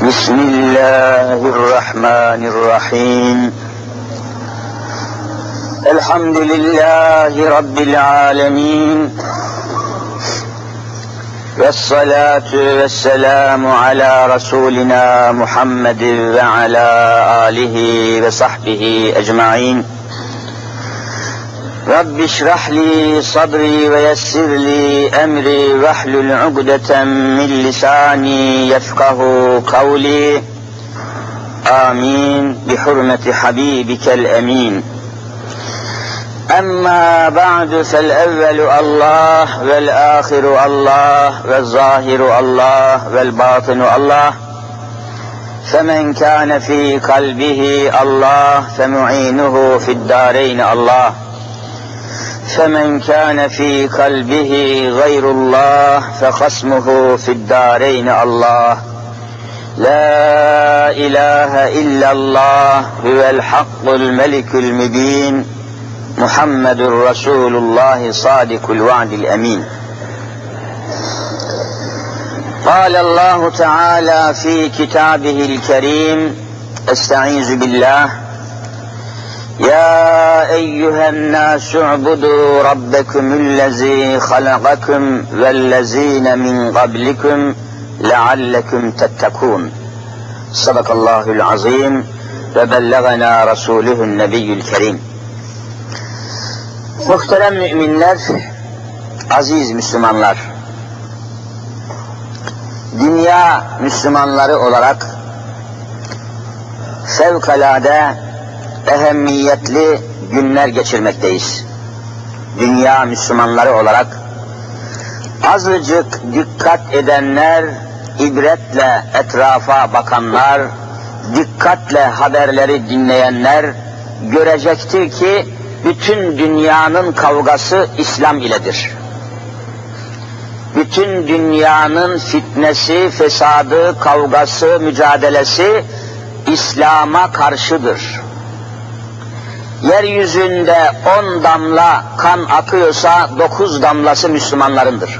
Bismillahirrahmanirrahim. Elhamdülillahi Rabbil alemin. Vessalatu vesselamu ala Resulina Muhammed ve ala alihi ve sahbihi ecmain. Rabbi şrahli sadri ve yessirli emri ve hlul ugdeten min lisani yefkahu kavli. Amin. Bi hurmeti habibikel emin. Amma ba'du fel evvelu Allah vel ahiru Allah vel zahiru Allah vel batinu Allah. Femen kâne fî kalbihi Allah femu'inuhu fi'd-dâreyn Allah. فَمَنْ كَانَ فِي قَلْبِهِ غَيْرُ اللّٰهِ فَخَصْمُهُ فِي الدَّارَيْنِ اللّٰهِ لَا إِلَٰهَ إِلَّا اللّٰهِ هُوَ الْحَقُّ الْمَلِكُ الْمُبِينُ مُحَمَّدٌ رَسُولُ اللّٰهِ صَادِقُ الْوَعْدِ الْأَمِينُ. قال الله تعالى في كتابه الكريم استعيذ بالله يا أيها الناس اعبدوا ربكم الذي خلقكم والذين من قبلكم لعلكم تتقون. صدق الله العظيم وبلغنا رسوله النبي الكريم. Muhterem müminler, aziz Müslümanlar, dünya Müslümanları olarak fevkalade ehemmiyetli günler geçirmekteyiz. Dünya Müslümanları olarak azıcık dikkat edenler, ibretle etrafa bakanlar, dikkatle haberleri dinleyenler görecektir ki bütün dünyanın kavgası İslam iledir. Bütün dünyanın fitnesi, fesadı, kavgası, mücadelesi İslam'a karşıdır. Yeryüzünde 10 damla kan akıyorsa 9 damlası Müslümanlarındır.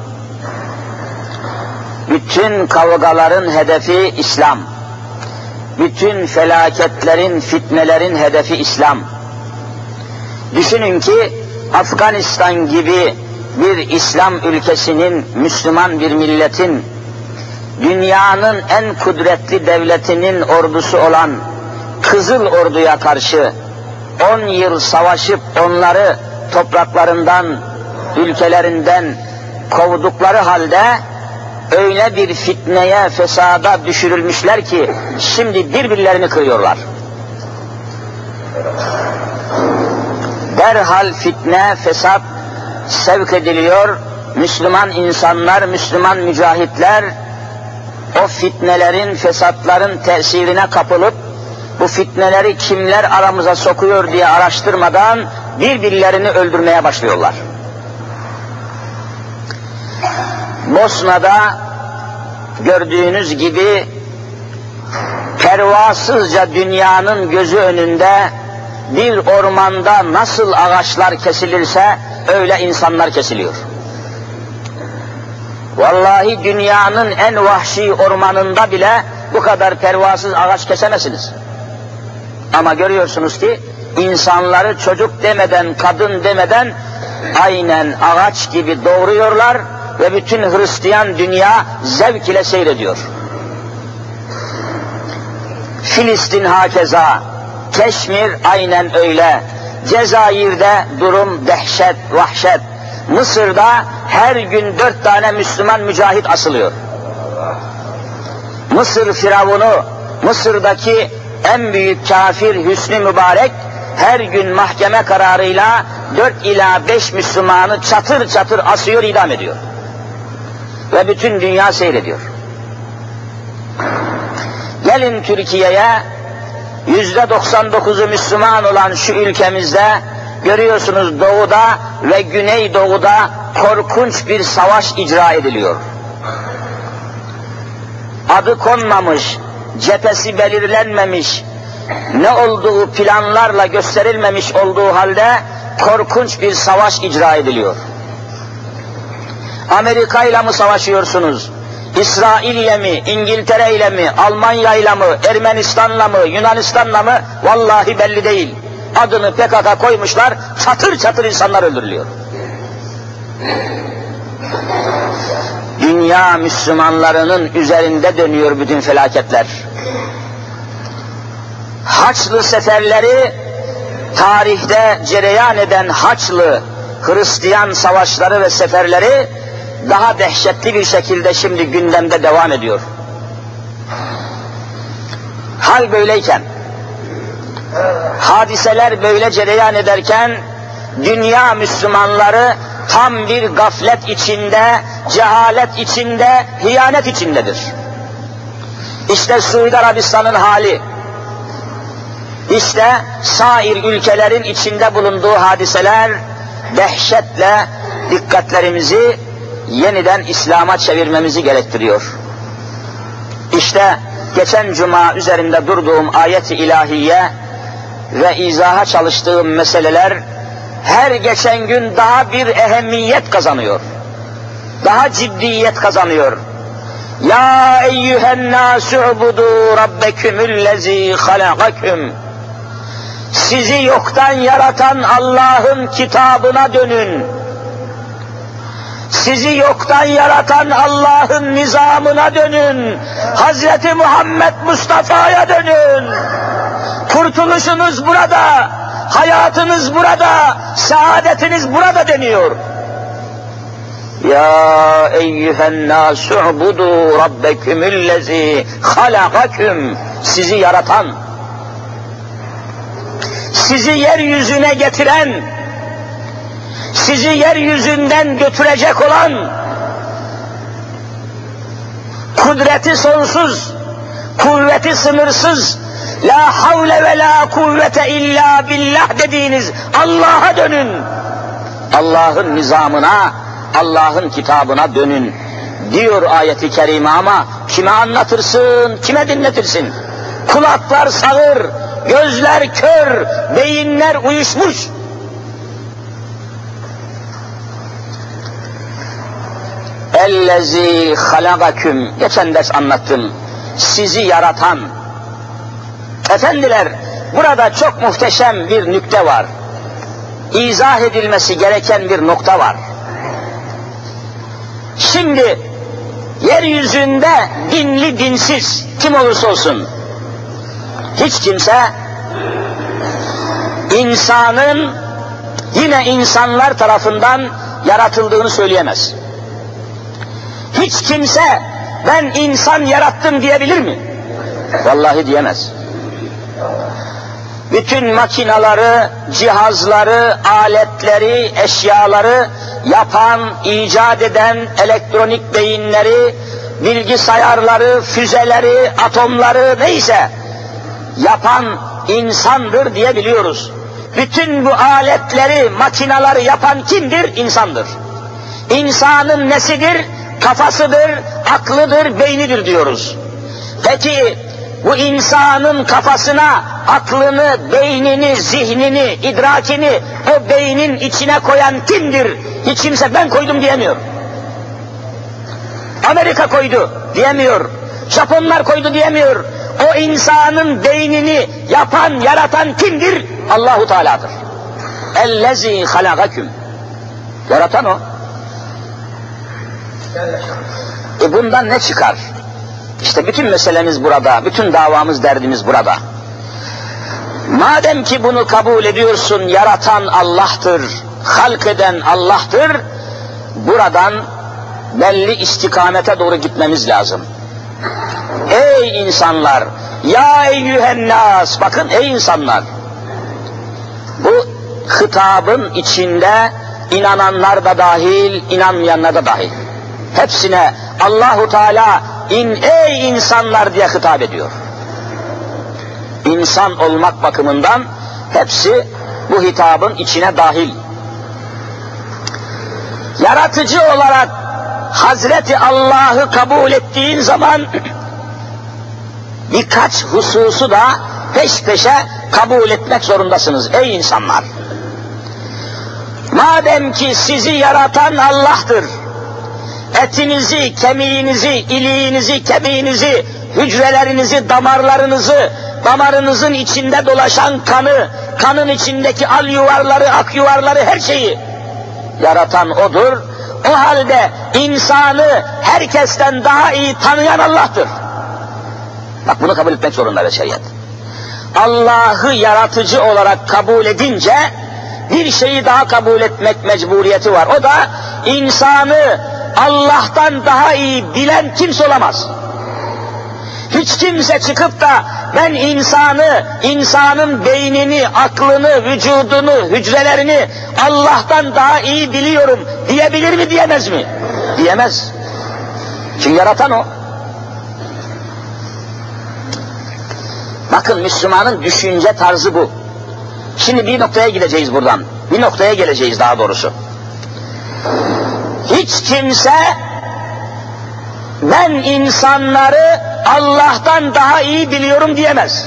Bütün kavgaların hedefi İslam. Bütün felaketlerin, fitnelerin hedefi İslam. Düşünün ki Afganistan gibi bir İslam ülkesinin, Müslüman bir milletin, dünyanın en kudretli devletinin ordusu olan Kızıl Ordu'ya karşı 10 yıl savaşıp onları topraklarından, ülkelerinden kovdukları halde öyle bir fitneye, fesada düşürülmüşler ki şimdi birbirlerini kırıyorlar. Derhal fitne, fesat sevk ediliyor. Müslüman insanlar, Müslüman mücahitler o fitnelerin, fesatların tesirine kapılıp bu fitneleri kimler aramıza sokuyor diye araştırmadan birbirlerini öldürmeye başlıyorlar. Bosna'da gördüğünüz gibi pervasızca dünyanın gözü önünde bir ormanda nasıl ağaçlar kesilirse öyle insanlar kesiliyor. Vallahi dünyanın en vahşi ormanında bile bu kadar pervasız ağaç kesemezsiniz. Ama görüyorsunuz ki insanları çocuk demeden, kadın demeden aynen ağaç gibi doğruyorlar ve bütün Hristiyan dünya zevk ile seyrediyor. Filistin hakeza, Keşmir aynen öyle, Cezayir'de durum dehşet, vahşet, Mısır'da her gün 4 tane Müslüman mücahit asılıyor. Mısır Firavunu, Mısır'daki en büyük kafir Hüsnü Mübarek her gün mahkeme kararıyla 4 ila 5 Müslümanı çatır çatır asıyor, idam ediyor. Ve bütün dünya seyrediyor. Gelin Türkiye'ye, %99'u Müslüman olan şu ülkemizde görüyorsunuz doğuda ve güneydoğuda korkunç bir savaş icra ediliyor. Adı konmamış, cephesi belirlenmemiş, ne olduğu planlarla gösterilmemiş olduğu halde korkunç bir savaş icra ediliyor. Amerika ile mi savaşıyorsunuz? İsrail'le mi, İngiltere'yle mi, Almanya'yla mı, Ermenistan'la mı, Yunanistan'la mı vallahi belli değil. Adını PKK koymuşlar, çatır çatır insanlar öldürülüyor. Dünya Müslümanlarının üzerinde dönüyor bütün felaketler. Haçlı seferleri, tarihte cereyan eden Haçlı Hristiyan savaşları ve seferleri daha dehşetli bir şekilde şimdi gündemde devam ediyor. Hal böyleyken, hadiseler böyle cereyan ederken, dünya Müslümanları tam bir gaflet içinde, cehalet içinde, hıyanet içindedir. İşte Suudi Arabistan'ın hali, işte sair ülkelerin içinde bulunduğu hadiseler dehşetle dikkatlerimizi yeniden İslam'a çevirmemizi gerektiriyor. İşte geçen cuma üzerinde durduğum ayet-i ilahiye ve izaha çalıştığım meseleler her geçen gün daha bir ehemmiyet kazanıyor. Daha ciddiyet kazanıyor. Ya eyyühen nâsu'budu rabbekümüllezî halakaküm. Sizi yoktan yaratan Allah'ın kitabına dönün. Sizi yoktan yaratan Allah'ın nizamına dönün. Hazreti Muhammed Mustafa'ya dönün. Kurtuluşunuz burada, hayatınız burada, saadetiniz burada deniyor. Ya eyyühen nâsu'budu rabbekümüllezî halakaküm. Sizi yaratan, sizi yeryüzüne getiren, sizi yeryüzünden götürecek olan, kudreti sonsuz, kuvveti sınırsız, la havle ve la kuvvete illa billah dediğiniz Allah'a dönün. Allah'ın nizamına, Allah'ın kitabına dönün diyor ayeti kerime, ama kime anlatırsın, kime dinletirsin? Kulaklar sağır, gözler kör, beyinler uyuşmuş. Ellezî halagaküm, geçen ders anlattım, sizi yaratan. Efendiler, burada çok muhteşem bir nükte var. İzah edilmesi gereken bir nokta var. Şimdi yeryüzünde dinli dinsiz kim olursa olsun, hiç kimse insanın yine insanlar tarafından yaratıldığını söyleyemez. Hiç kimse ben insan yarattım diyebilir mi? Vallahi diyemez. Bütün makinaları, cihazları, aletleri, eşyaları yapan, icat eden, elektronik beyinleri, bilgisayarları, füzeleri, atomları neyse yapan insandır diyebiliyoruz. Bütün bu aletleri, makinaları yapan kimdir? İnsandır. İnsanın nesidir? Kafasıdır, aklıdır, beynidir diyoruz. Peki bu insanın kafasına aklını, beynini, zihnini, idrakini o beynin içine koyan kimdir? Hiç kimse ben koydum diyemiyor. Amerika koydu diyemiyor. Japonlar koydu diyemiyor. O insanın beynini yapan, yaratan kimdir? Allahu Teala'dır. Ellezî halagaküm. Yaratan o. Bundan ne çıkar? İşte bütün meselemiz burada, bütün davamız, derdimiz burada. Madem ki bunu kabul ediyorsun, yaratan Allah'tır, halk eden Allah'tır, buradan belli istikamete doğru gitmemiz lazım. Ey insanlar, ya eyyühen nas, bakın ey insanlar, bu hitabın içinde inananlar da dahil, inanmayanlar da dahil. Hepsine Allahu Teala ey insanlar diye hitap ediyor. İnsan olmak bakımından hepsi bu hitabın içine dahil. Yaratıcı olarak Hazreti Allah'ı kabul ettiğin zaman birkaç hususu da peş peşe kabul etmek zorundasınız ey insanlar. Madem ki sizi yaratan Allah'tır, etinizi, kemiğinizi, iliğinizi, kemiğinizi, hücrelerinizi, damarlarınızı, damarınızın içinde dolaşan kanı, kanın içindeki al yuvarları, ak yuvarları, her şeyi yaratan O'dur. O halde insanı herkesten daha iyi tanıyan Allah'tır. Bak bunu kabul etmek zorunda beşeriyet. Allah'ı yaratıcı olarak kabul edince bir şeyi daha kabul etmek mecburiyeti var. O da insanı Allah'tan daha iyi bilen kimse olamaz. Hiç kimse çıkıp da ben insanın beynini, aklını, vücudunu, hücrelerini Allah'tan daha iyi biliyorum diyebilir mi, diyemez mi? Diyemez. Çünkü yaratan O. Bakın Müslümanın düşünce tarzı bu. Şimdi bir noktaya gideceğiz buradan. Bir noktaya geleceğiz daha doğrusu. Hiç kimse ben insanları Allah'tan daha iyi biliyorum diyemez.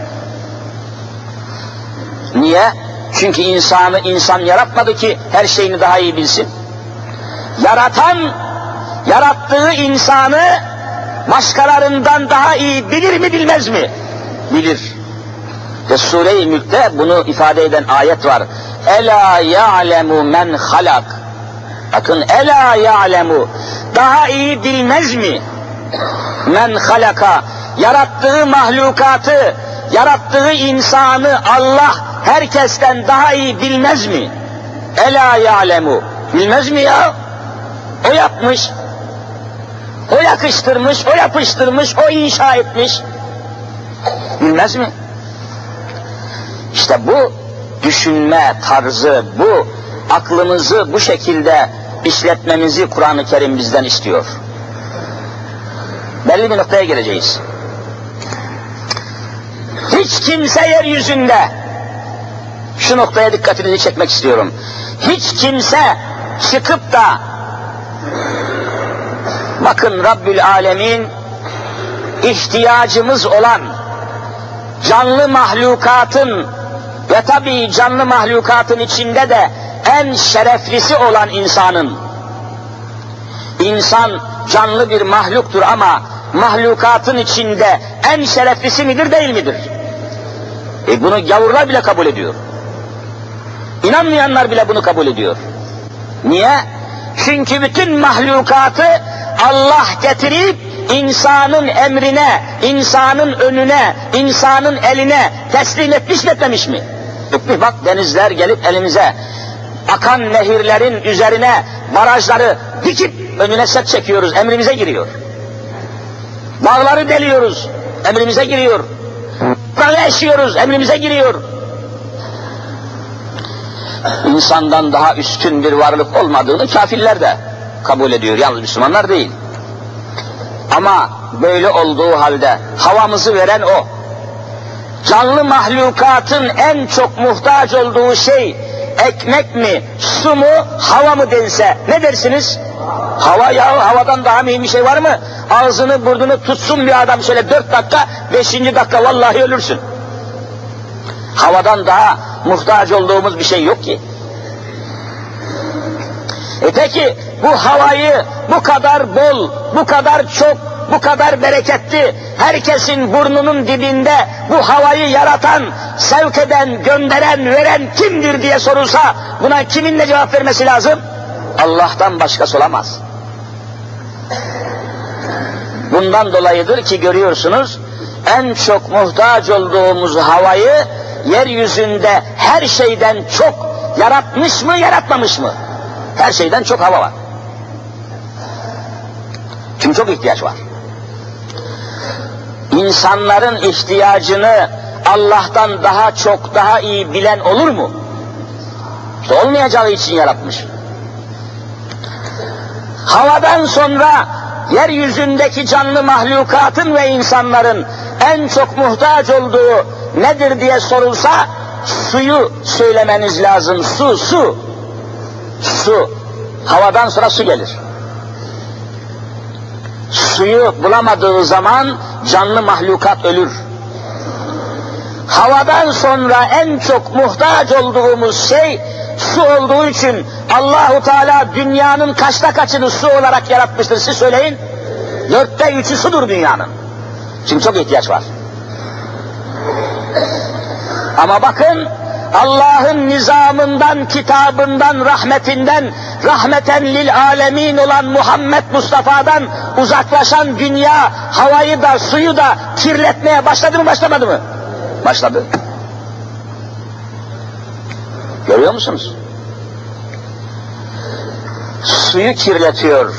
Niye? Çünkü insan yaratmadı ki her şeyini daha iyi bilsin. Yaratan, yarattığı insanı başkalarından daha iyi bilir mi, bilmez mi? Bilir. Ve Sure-i Mülk'te bunu ifade eden ayet var. Ela ya'lemu men halak. Bakın, ela ya'lemu, daha iyi bilmez mi? Men halaka, yarattığı mahlukatı, yarattığı insanı Allah herkesten daha iyi bilmez mi? Ela ya'lemu, bilmez mi ya? O yapmış, o yakıştırmış, o yapıştırmış, o inşa etmiş. Bilmez mi? İşte bu düşünme tarzı, bu aklımızı bu şekilde işletmemizi Kur'an-ı Kerim bizden istiyor. Belli bir noktaya geleceğiz. Hiç kimse yeryüzünde, şu noktaya dikkatinizi çekmek istiyorum. Hiç kimse çıkıp da bakın Rabbül Alemin ihtiyacımız olan canlı mahlukatın ve tabii canlı mahlukatın içinde de en şereflisi olan insan canlı bir mahluktur ama mahlukatın içinde en şereflisi midir, değil midir? Bunu gavurlar bile kabul ediyor. İnanmayanlar bile bunu kabul ediyor. Niye? Çünkü bütün mahlukatı Allah getirip insanın emrine, insanın önüne, insanın eline teslim etmiş mi, etmemiş mi? Etmiş. Bak, denizler gelip elimize, akan nehirlerin üzerine barajları dikip önüne set çekiyoruz, emrimize giriyor. Dağları deliyoruz, emrimize giriyor. Dağı eşiyoruz, emrimize giriyor. İnsandan daha üstün bir varlık olmadığını kafirler de kabul ediyor, yalnız Müslümanlar değil. Ama böyle olduğu halde havamızı veren O. Canlı mahlukatın en çok muhtaç olduğu şey ekmek mi, su mu, hava mı dense ne dersiniz? Hava ya, havadan daha mühim bir şey var mı? Ağzını burnunu tutsun bir adam şöyle 4 dakika, 5. dakika vallahi ölürsün. Havadan daha muhtaç olduğumuz bir şey yok ki. Peki bu havayı bu kadar bol, bu kadar çok, bu kadar bereketli, herkesin burnunun dibinde bu havayı yaratan, sevk eden, gönderen, veren kimdir diye sorulsa buna kimin ne cevap vermesi lazım? Allah'tan başkası olamaz. Bundan dolayıdır ki görüyorsunuz, en çok muhtaç olduğumuz havayı yeryüzünde her şeyden çok yaratmış mı, yaratmamış mı? Her şeyden çok hava var. Çünkü çok ihtiyaç var. İnsanların ihtiyacını Allah'tan daha çok, daha iyi bilen olur mu? İşte olmayacağı için yaratmış. Havadan sonra yeryüzündeki canlı mahlukatın ve insanların en çok muhtaç olduğu nedir diye sorulsa suyu söylemeniz lazım. Su. Havadan sonra su gelir. Suyu bulamadığı zaman canlı mahlukat ölür. Havadan sonra en çok muhtaç olduğumuz şey su olduğu için Allahu Teala dünyanın kaçta kaçını su olarak yaratmıştır siz söyleyin? 3/4 sudur dünyanın. Çünkü çok ihtiyaç var. Ama bakın Allah'ın nizamından, kitabından, rahmetinden, rahmeten lil alemin olan Muhammed Mustafa'dan uzaklaşan dünya havayı da suyu da kirletmeye başladı mı başlamadı mı? Başladı. Görüyor musunuz? Suyu kirletiyor.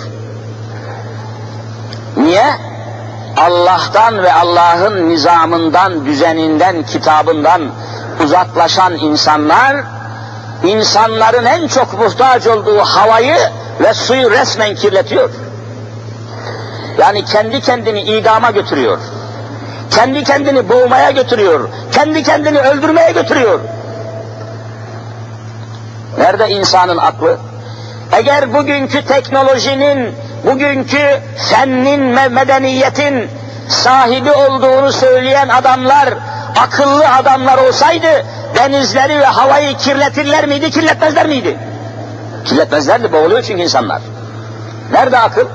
Niye? Allah'tan ve Allah'ın nizamından, düzeninden, kitabından uzaklaşan insanlar, insanların en çok muhtaç olduğu havayı ve suyu resmen kirletiyor. Yani kendi kendini idama götürüyor. Kendi kendini boğmaya götürüyor. Kendi kendini öldürmeye götürüyor. Nerede insanın aklı? Eğer bugünkü teknolojinin, bugünkü fennin, medeniyetin sahibi olduğunu söyleyen adamlar, akıllı adamlar olsaydı, denizleri ve havayı kirletirler miydi, kirletmezler miydi? Kirletmezlerdi, boğuluyor çünkü insanlar. Nerede akıl?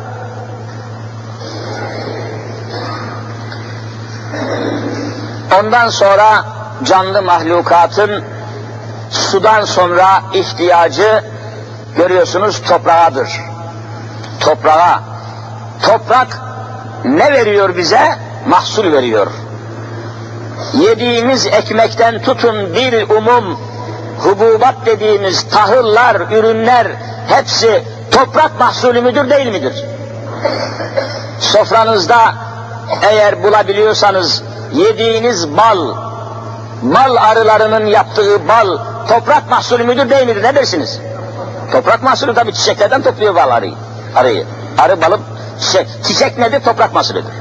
Ondan sonra canlı mahlukatın sudan sonra ihtiyacı görüyorsunuz toprağadır. Toprağa. Toprak ne veriyor bize? Mahsul veriyor. Yediğimiz ekmekten tutun bir umum hububat dediğimiz tahıllar, ürünler hepsi toprak mahsulü müdür değil midir? Sofranızda eğer bulabiliyorsanız yediğiniz bal, bal arılarının yaptığı bal toprak mahsulü müdür değil midir? Ne dersiniz? Toprak mahsulü tabii çiçeklerden topluyor bal arıyı. Arı balıp çiçek nedir? Toprak mahsulüdür.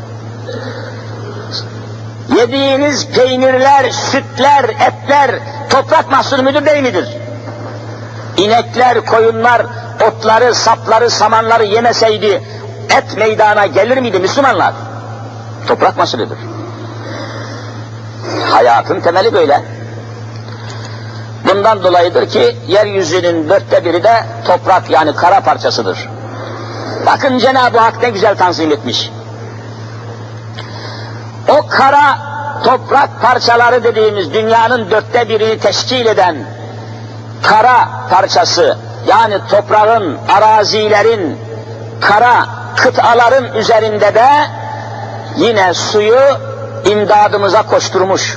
Yediğiniz peynirler, sütler, etler toprak mahsulü müdür değil midir? İnekler, koyunlar otları, sapları, samanları yemeseydi et meydana gelir miydi Müslümanlar? Toprak mahsulüdür. Hayatın temeli böyle. Bundan dolayıdır ki yeryüzünün 1/4 de toprak yani kara parçasıdır. Bakın Cenab-ı Hak ne güzel tanzim etmiş. O kara toprak parçaları dediğimiz dünyanın 1/4'ini teşkil eden kara parçası yani toprağın, arazilerin, kara kıtaların üzerinde de yine suyu imdadımıza koşturmuş.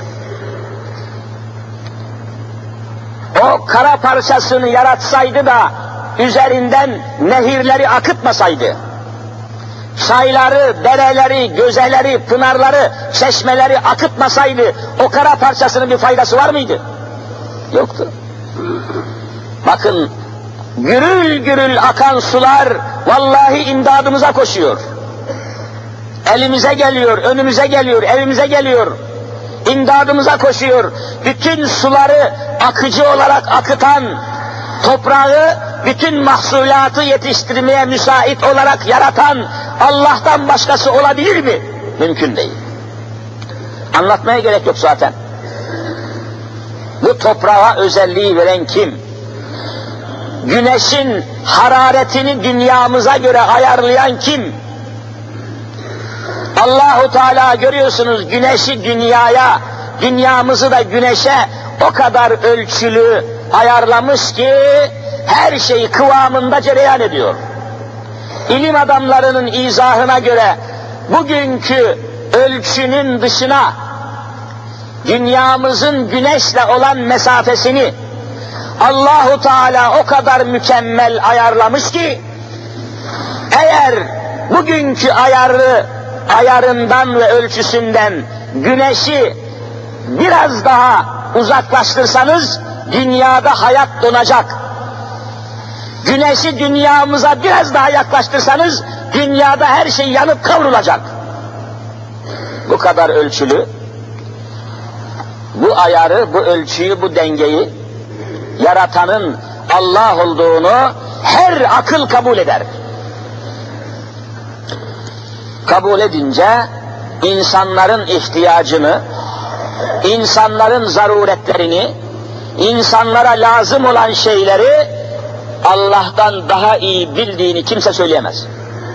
O kara parçasını yaratsaydı da üzerinden nehirleri akıtmasaydı, çayları, dereleri, gözeleri, pınarları, çeşmeleri akıtmasaydı o kara parçasının bir faydası var mıydı? Yoktu. Bakın gürül gürül akan sular vallahi imdadımıza koşuyor. Elimize geliyor, önümüze geliyor, evimize geliyor. İmdadımıza koşuyor. Bütün suları akıcı olarak akıtan, toprağı bütün mahsulatı yetiştirmeye müsait olarak yaratan Allah'tan başkası olabilir mi? Mümkün değil. Anlatmaya gerek yok zaten. Bu toprağa özelliği veren kim? Güneşin hararetini dünyamıza göre ayarlayan kim? Allahu Teala görüyorsunuz güneşi dünyaya, dünyamızı da güneşe o kadar ölçülü ayarlamış ki her şey kıvamında cereyan ediyor. İlim adamlarının izahına göre bugünkü ölçünün dışına dünyamızın güneşle olan mesafesini Allahu Teala o kadar mükemmel ayarlamış ki eğer bugünkü ayarından ve ölçüsünden güneşi biraz daha uzaklaştırsanız dünyada hayat donacak. Güneşi dünyamıza biraz daha yaklaştırsanız dünyada her şey yanıp kavrulacak. Bu kadar ölçülü, bu ayarı, bu ölçüyü, bu dengeyi yaratanın Allah olduğunu her akıl kabul eder. Kabul edince insanların ihtiyacını, insanların zaruretlerini, insanlara lazım olan şeyleri Allah'tan daha iyi bildiğini kimse söyleyemez.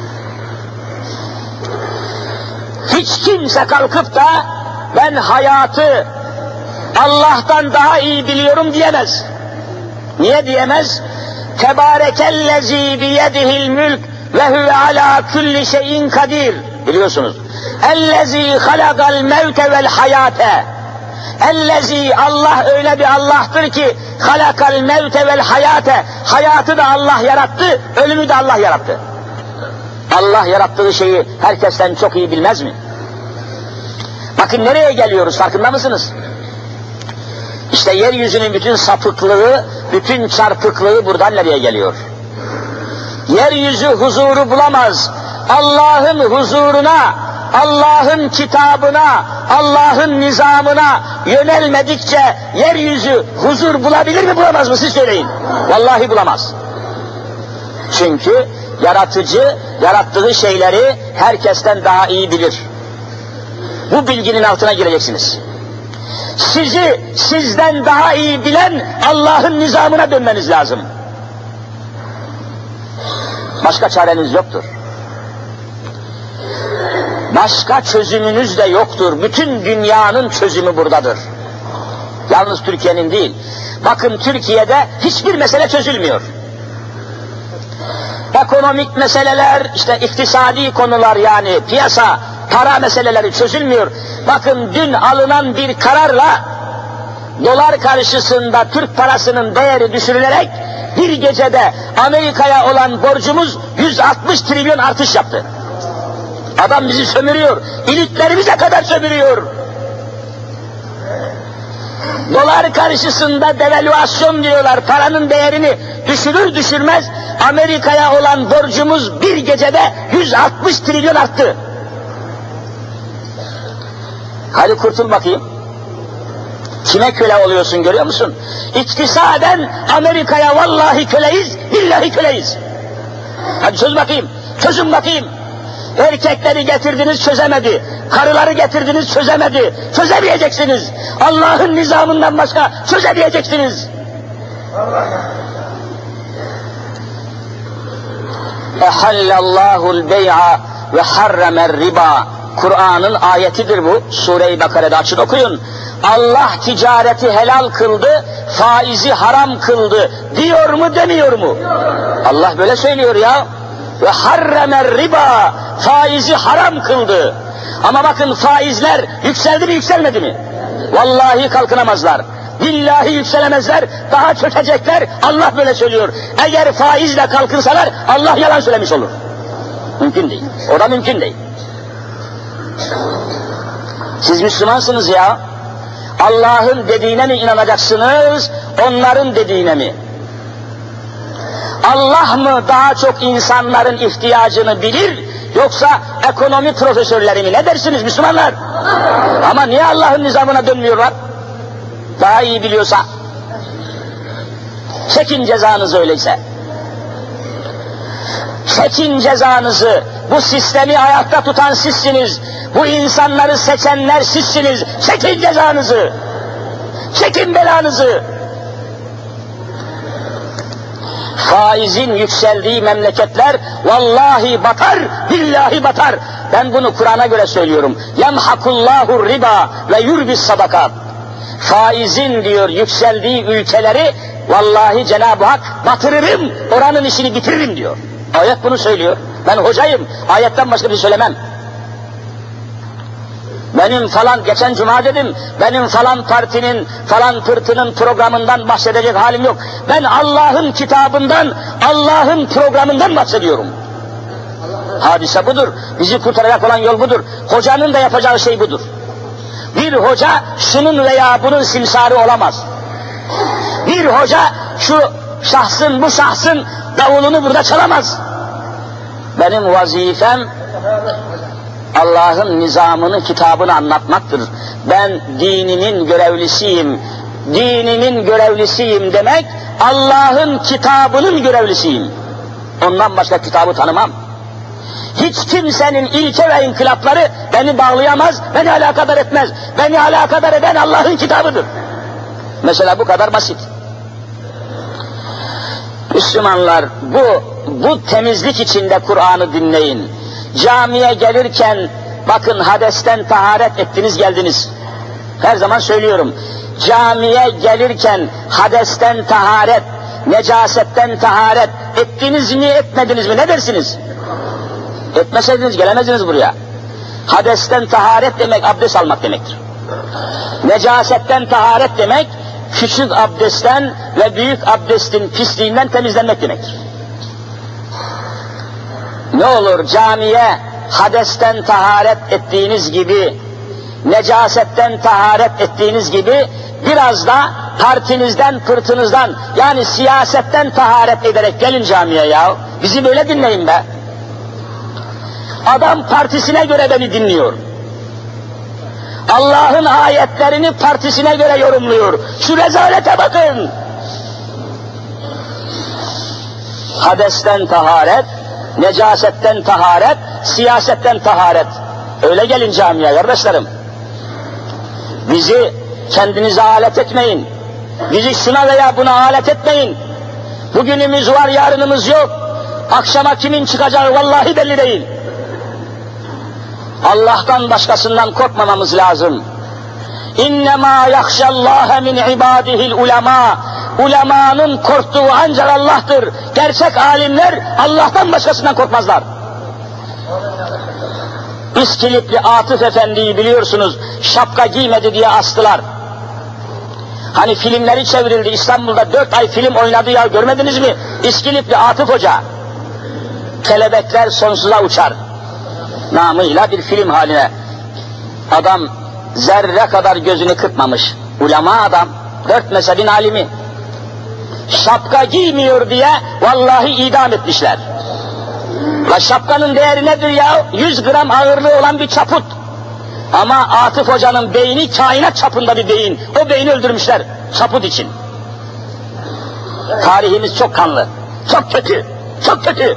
Hiç kimse kalkıp da ben hayatı Allah'tan daha iyi biliyorum diyemez. Niye diyemez? Tebârekellezî biyedihil mülk ve huve alâ kulli şeyin kadir. Biliyorsunuz. Ellezî halakal mevte vel hayâte. Ellezî, Allah öyle bir Allah'tır ki halakal mevte vel hayâte. Hayatı da Allah yarattı, ölümü de Allah yarattı. Allah yarattığı şeyi herkesten çok iyi bilmez mi? Bakın nereye geliyoruz, farkında mısınız? İşte yeryüzünün bütün sapıklığı, bütün çarpıklığı buradan nereye geliyor? Yeryüzü huzuru bulamaz. Allah'ın huzuruna, Allah'ın kitabına, Allah'ın nizamına yönelmedikçe yeryüzü huzur bulabilir mi, bulamaz mı? Siz söyleyin. Vallahi bulamaz. Çünkü yaratıcı, yarattığı şeyleri herkesten daha iyi bilir. Bu bilginin altına gireceksiniz. Sizi sizden daha iyi bilen Allah'ın nizamına dönmeniz lazım. Başka çareniz yoktur. Başka çözümünüz de yoktur. Bütün dünyanın çözümü buradadır. Yalnız Türkiye'nin değil. Bakın Türkiye'de hiçbir mesele çözülmüyor. Ekonomik meseleler, işte iktisadi konular, yani piyasa, para meseleleri çözülmüyor. Bakın dün alınan bir kararla dolar karşısında Türk parasının değeri düşürülerek bir gecede Amerika'ya olan borcumuz 160 trilyon artış yaptı. Adam bizi sömürüyor, iliklerimize kadar sömürüyor. Dolar karşısında devalüasyon diyorlar, paranın değerini düşürür düşürmez Amerika'ya olan borcumuz bir gecede 160 trilyon arttı. Hadi kurtul bakayım. Kime köle oluyorsun, görüyor musun? İktisaden Amerika'ya vallahi köleyiz, billahi köleyiz. Hadi çöz bakayım, çözün bakayım. Erkekleri getirdiniz, çözemedi. Karıları getirdiniz, çözemedi. Çözemeyeceksiniz. Allah'ın nizamından başka çözemeyeceksiniz. Ehallallahu'l bey'a ve harramer riba. Kur'an'ın ayetidir bu. Sure-i Bakara'da açın okuyun. Allah ticareti helal kıldı, faizi haram kıldı. Diyor mu, demiyor mu? Allah böyle söylüyor ya. Ve harramer riba, faizi haram kıldı. Ama bakın faizler yükseldi mi, yükselmedi mi? Vallahi kalkınamazlar. Billahi yükselemezler, daha çökecekler. Allah böyle söylüyor. Eğer faizle kalkınsalar Allah yalan söylemiş olur. Mümkün değil. O da mümkün değil. Siz Müslümansınız ya. Allah'ın dediğine mi inanacaksınız, onların dediğine mi? Allah mı daha çok insanların ihtiyacını bilir, yoksa ekonomi profesörleri mi? Ne dersiniz Müslümanlar? Ama niye Allah'ın nizamına dönmüyorlar? Daha iyi biliyorsa. Çekin cezanızı öyleyse. Çekin cezanızı. Bu sistemi ayakta tutan sizsiniz. Bu insanları seçenler sizsiniz. Çekin cezanızı. Çekin belanızı. Faizin yükseldiği memleketler vallahi batar, billahi batar. Ben bunu Kur'an'a göre söylüyorum. Yemhakullahu riba ve yurbis sadakat. Faizin diyor yükseldiği ülkeleri vallahi Cenab-ı Hak batırırım, oranın işini bitiririm diyor. Ayet bunu söylüyor. Ben hocayım, ayetten başka bir şey söylemem. Benim falan, geçen cuma dedim, benim falan partinin, falan pırtının programından bahsedecek halim yok. Ben Allah'ın kitabından, Allah'ın programından bahsediyorum. Hadise budur, bizi kurtaracak olan yol budur. Hocanın da yapacağı şey budur. Bir hoca şunun veya bunun simsarı olamaz. Bir hoca şu şahsın, bu şahsın davulunu burada çalamaz. Benim vazifem Allah'ın nizamını, kitabını anlatmaktır. Ben dininin görevlisiyim. Dininin görevlisiyim demek, Allah'ın kitabının görevlisiyim. Ondan başka kitabı tanımam. Hiç kimsenin ilke ve inkılapları beni bağlayamaz, beni alakadar etmez. Beni alakadar eden Allah'ın kitabıdır. Mesela bu kadar basit. Müslümanlar bu temizlik içinde Kur'an'ı dinleyin. Camiye gelirken bakın hadesten taharet ettiniz geldiniz. Her zaman söylüyorum. Camiye gelirken hadesten taharet, necasetten taharet ettiniz mi etmediniz mi ne dersiniz? Etmeseydiniz gelemezdiniz buraya. Hadesten taharet demek abdest almak demektir. Necasetten taharet demek küçük abdestten ve büyük abdestin pisliğinden temizlenmek demektir. Ne olur camiye hadesten taharet ettiğiniz gibi, necasetten taharet ettiğiniz gibi biraz da partinizden, pırtınızdan yani siyasetten taharet ederek gelin camiye ya. Bizi böyle dinleyin be. Adam partisine göre beni dinliyor. Allah'ın ayetlerini partisine göre yorumluyor. Şu rezalete bakın. Hadesten taharet, necasetten taharet, siyasetten taharet. Öyle gelin camiye kardeşlerim. Bizi kendinize alet etmeyin. Bizi şuna veya buna alet etmeyin. Bugünümüz var, yarınımız yok. Akşama kimin çıkacağı vallahi belli değil. Allah'tan başkasından korkmamamız lazım. İnnemâ yakşallâhe min ibâdihil ulemâ. Ulemanın korktuğu ancak Allah'tır. Gerçek alimler Allah'tan başkasından korkmazlar. İskilipli Atıf Efendi'yi biliyorsunuz, şapka giymedi diye astılar. Hani filmleri çevrildi, İstanbul'da 4 ay film oynadı ya, görmediniz mi? İskilipli Atıf Hoca. Kelebekler sonsuza uçar namıyla bir film haline. Adam zerre kadar gözünü kırpmamış. Ulema adam, 4 mezhebin alimi. Şapka giymiyor diye vallahi idam etmişler. La şapkanın değeri nedir ya? 100 gram ağırlığı olan bir çaput. Ama Atıf Hoca'nın beyni kainat çapında bir beyin. O beyni öldürmüşler çaput için. Tarihimiz çok kanlı. Çok kötü. Çok kötü.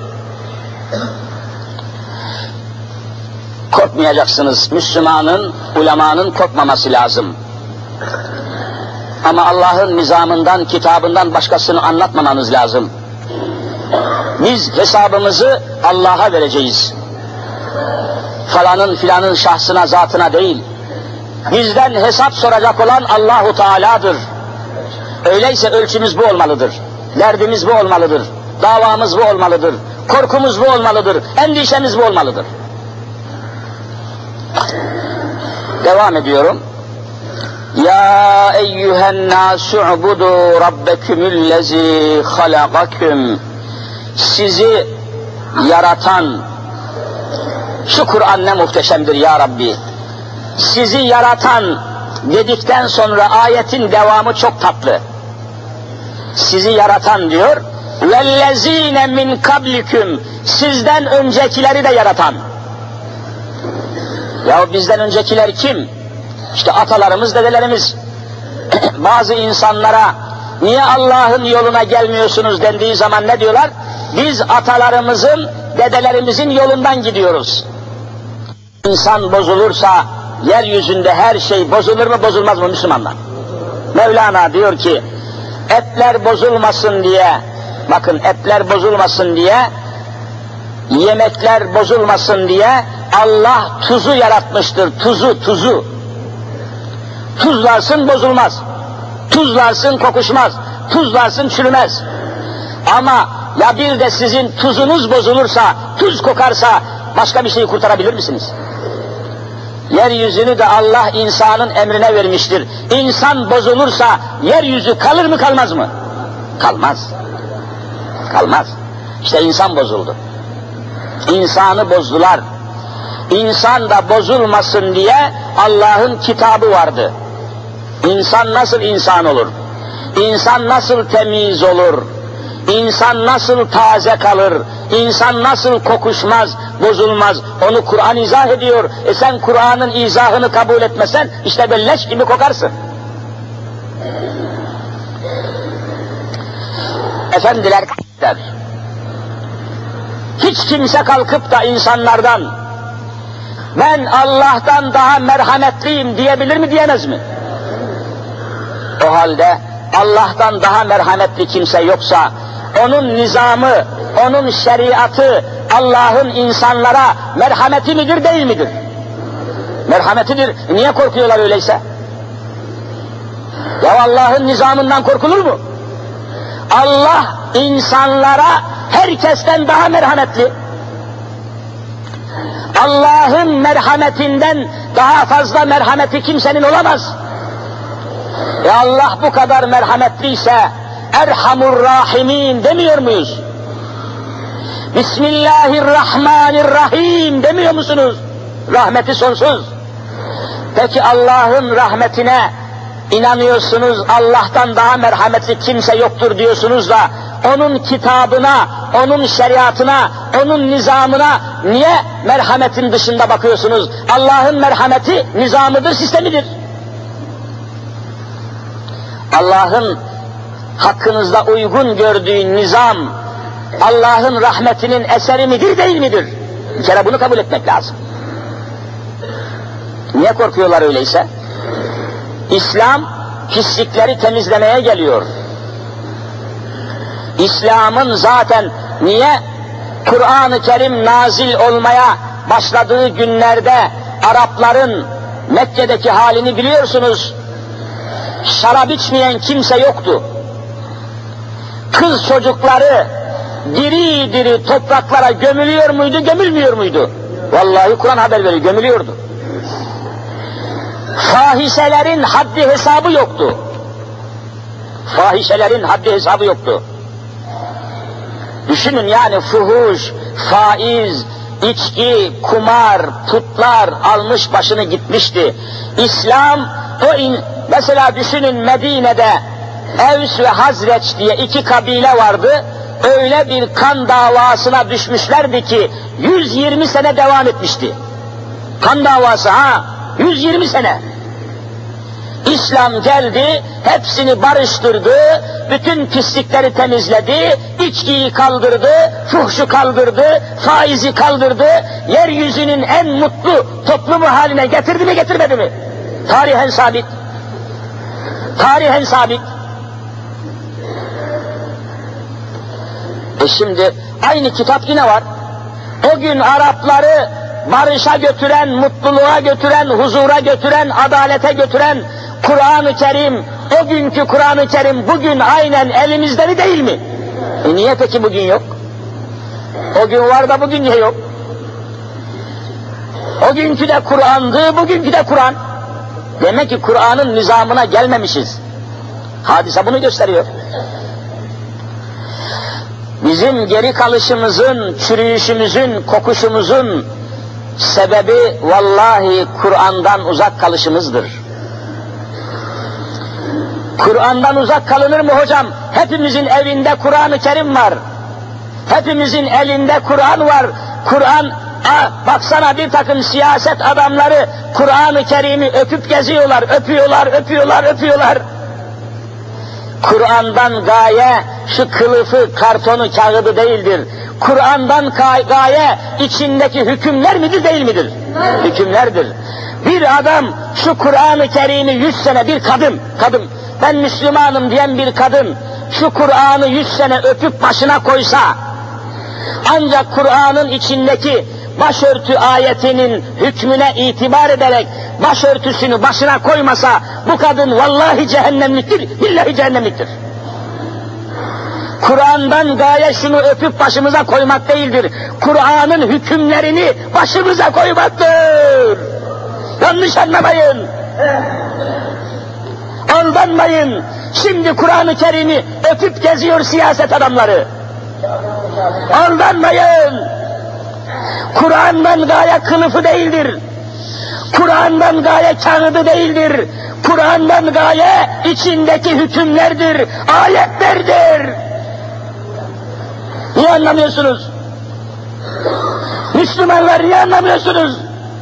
Korkmayacaksınız. Müslümanın, ulemanın korkmaması lazım. Ama Allah'ın nizamından, kitabından başkasını anlatmamanız lazım. Biz hesabımızı Allah'a vereceğiz. Falanın filanın şahsına, zatına değil. Bizden hesap soracak olan Allahu Teala'dır. Öyleyse ölçümüz bu olmalıdır. Derdimiz bu olmalıdır. Davamız bu olmalıdır. Korkumuz bu olmalıdır. Endişemiz bu olmalıdır. Devam ediyorum. Ya eyyühen nâsu'budu rabbekümüllezî halakaküm. Sizi yaratan, şu Kur'an ne muhteşemdir ya Rabbi. Sizi yaratan dedikten sonra ayetin devamı çok tatlı. Sizi yaratan diyor. Vellezîne min kabliküm. Sizden öncekileri de yaratan. Ya bizden öncekiler kim? İşte atalarımız, dedelerimiz. Bazı insanlara niye Allah'ın yoluna gelmiyorsunuz dendiği zaman ne diyorlar? Biz atalarımızın, dedelerimizin yolundan gidiyoruz. İnsan bozulursa yeryüzünde her şey bozulur mu bozulmaz mı Müslümanlar? Mevlana diyor ki etler bozulmasın diye, bakın etler bozulmasın diye, yemekler bozulmasın diye Allah tuzu yaratmıştır. Tuzu. Tuzlarsın bozulmaz. Tuzlarsın kokuşmaz. Tuzlarsın çürümez. Ama ya bir de sizin tuzunuz bozulursa, tuz kokarsa başka bir şeyi kurtarabilir misiniz? Yeryüzünü de Allah insanın emrine vermiştir. İnsan bozulursa yeryüzü kalır mı kalmaz mı? Kalmaz. Kalmaz. İşte insan bozuldu. İnsanı bozdular. İnsan da bozulmasın diye Allah'ın kitabı vardı. İnsan nasıl insan olur? İnsan nasıl temiz olur? İnsan nasıl taze kalır? İnsan nasıl kokuşmaz, bozulmaz? Onu Kur'an izah ediyor. Sen Kur'an'ın izahını kabul etmesen işte böyle leş gibi kokarsın. Efendiler, hiç kimse kalkıp da insanlardan ben Allah'tan daha merhametliyim diyebilir mi diyemez mi? O halde Allah'tan daha merhametli kimse yoksa, onun nizamı, onun şeriatı, Allah'ın insanlara merhameti midir, değil midir? Merhametidir. Niye korkuyorlar öyleyse? Ya Allah'ın nizamından korkulur mu? Allah insanlara herkesten daha merhametli. Allah'ın merhametinden daha fazla merhameti kimsenin olamaz. Allah bu kadar merhametliyse Erhamur Rahimin demiyor muyuz? Bismillahirrahmanirrahim demiyor musunuz? Rahmeti sonsuz. Peki Allah'ın rahmetine inanıyorsunuz, Allah'tan daha merhametli kimse yoktur diyorsunuz da onun kitabına, onun şeriatına, onun nizamına niye merhametin dışında bakıyorsunuz? Allah'ın merhameti nizamıdır, sistemidir. Allah'ın hakkınızda uygun gördüğü nizam, Allah'ın rahmetinin eseri midir, değil midir? Bir kere bunu kabul etmek lazım. Niye korkuyorlar öyleyse? İslam pislikleri temizlemeye geliyor. İslam'ın zaten niye Kur'an-ı Kerim nazil olmaya başladığı günlerde Arapların Mekke'deki halini biliyorsunuz. Şarap içmeyen kimse yoktu. Kız çocukları diri diri topraklara gömülüyor muydu, gömülmüyor muydu? Vallahi Kur'an haber veriyor, gömülüyordu. Fahişelerin haddi hesabı yoktu. Fahişelerin haddi hesabı yoktu. Düşünün yani fuhuş, faiz, içki, kumar, putlar almış başını gitmişti. İslam mesela düşünün Medine'de Evs ve Hazreç diye iki kabile vardı. Öyle bir kan davasına düşmüşlerdi ki 120 sene devam etmişti. Kan davası 120 sene. İslam geldi, hepsini barıştırdı, bütün pislikleri temizledi, içkiyi kaldırdı, fuhşu kaldırdı, faizi kaldırdı, yeryüzünün en mutlu toplumu haline getirdi mi, getirmedi mi? Tarihen sabit. Tarihen sabit. Şimdi aynı kitap yine var. O gün Arapları barışa götüren, mutluluğa götüren, huzura götüren, adalete götüren Kur'an-ı Kerim, o günkü Kur'an-ı Kerim bugün aynen elimizde mi, değil mi? Niye peki bugün yok? O gün var da bugün niye yok? O günkü de Kur'an'dı, bugünkü de Kur'an. Demek ki Kur'an'ın nizamına gelmemişiz. Hadise bunu gösteriyor. Bizim geri kalışımızın, çürüyüşümüzün, kokuşumuzun sebebi vallahi Kur'an'dan uzak kalışımızdır. Kur'an'dan uzak kalınır mı hocam? Hepimizin evinde Kur'an-ı Kerim var. Hepimizin elinde Kur'an var. Kur'an, baksana bir takım siyaset adamları Kur'an-ı Kerim'i öpüp geziyorlar, öpüyorlar. Kur'an'dan gaye şu kılıfı, kartonu, kağıdı değildir. Kur'an'dan gaye içindeki hükümler midir, değil midir? Hükümlerdir. Bir adam şu Kur'an-ı Kerim'i 100 sene, bir kadın, ben Müslümanım diyen bir kadın şu Kur'an'ı 100 sene öpüp başına koysa, ancak Kur'an'ın içindeki başörtü ayetinin hükmüne itibar ederek başörtüsünü başına koymasa, bu kadın vallahi cehennemliktir, billahi cehennemliktir. Kur'an'dan gaye şunu öpüp başımıza koymak değildir. Kur'an'ın hükümlerini başımıza koymaktır. Yanlış anlamayın. Aldanmayın. Şimdi Kur'an-ı Kerim'i öpüp geziyor siyaset adamları. Aldanmayın. Kur'an'dan gaye kılıfı değildir. Kur'an'dan gaye kağıdı değildir. Kur'an'dan gaye içindeki hükümlerdir, ayetlerdir. Niye anlamıyorsunuz? Müslümanlar niye anlamıyorsunuz?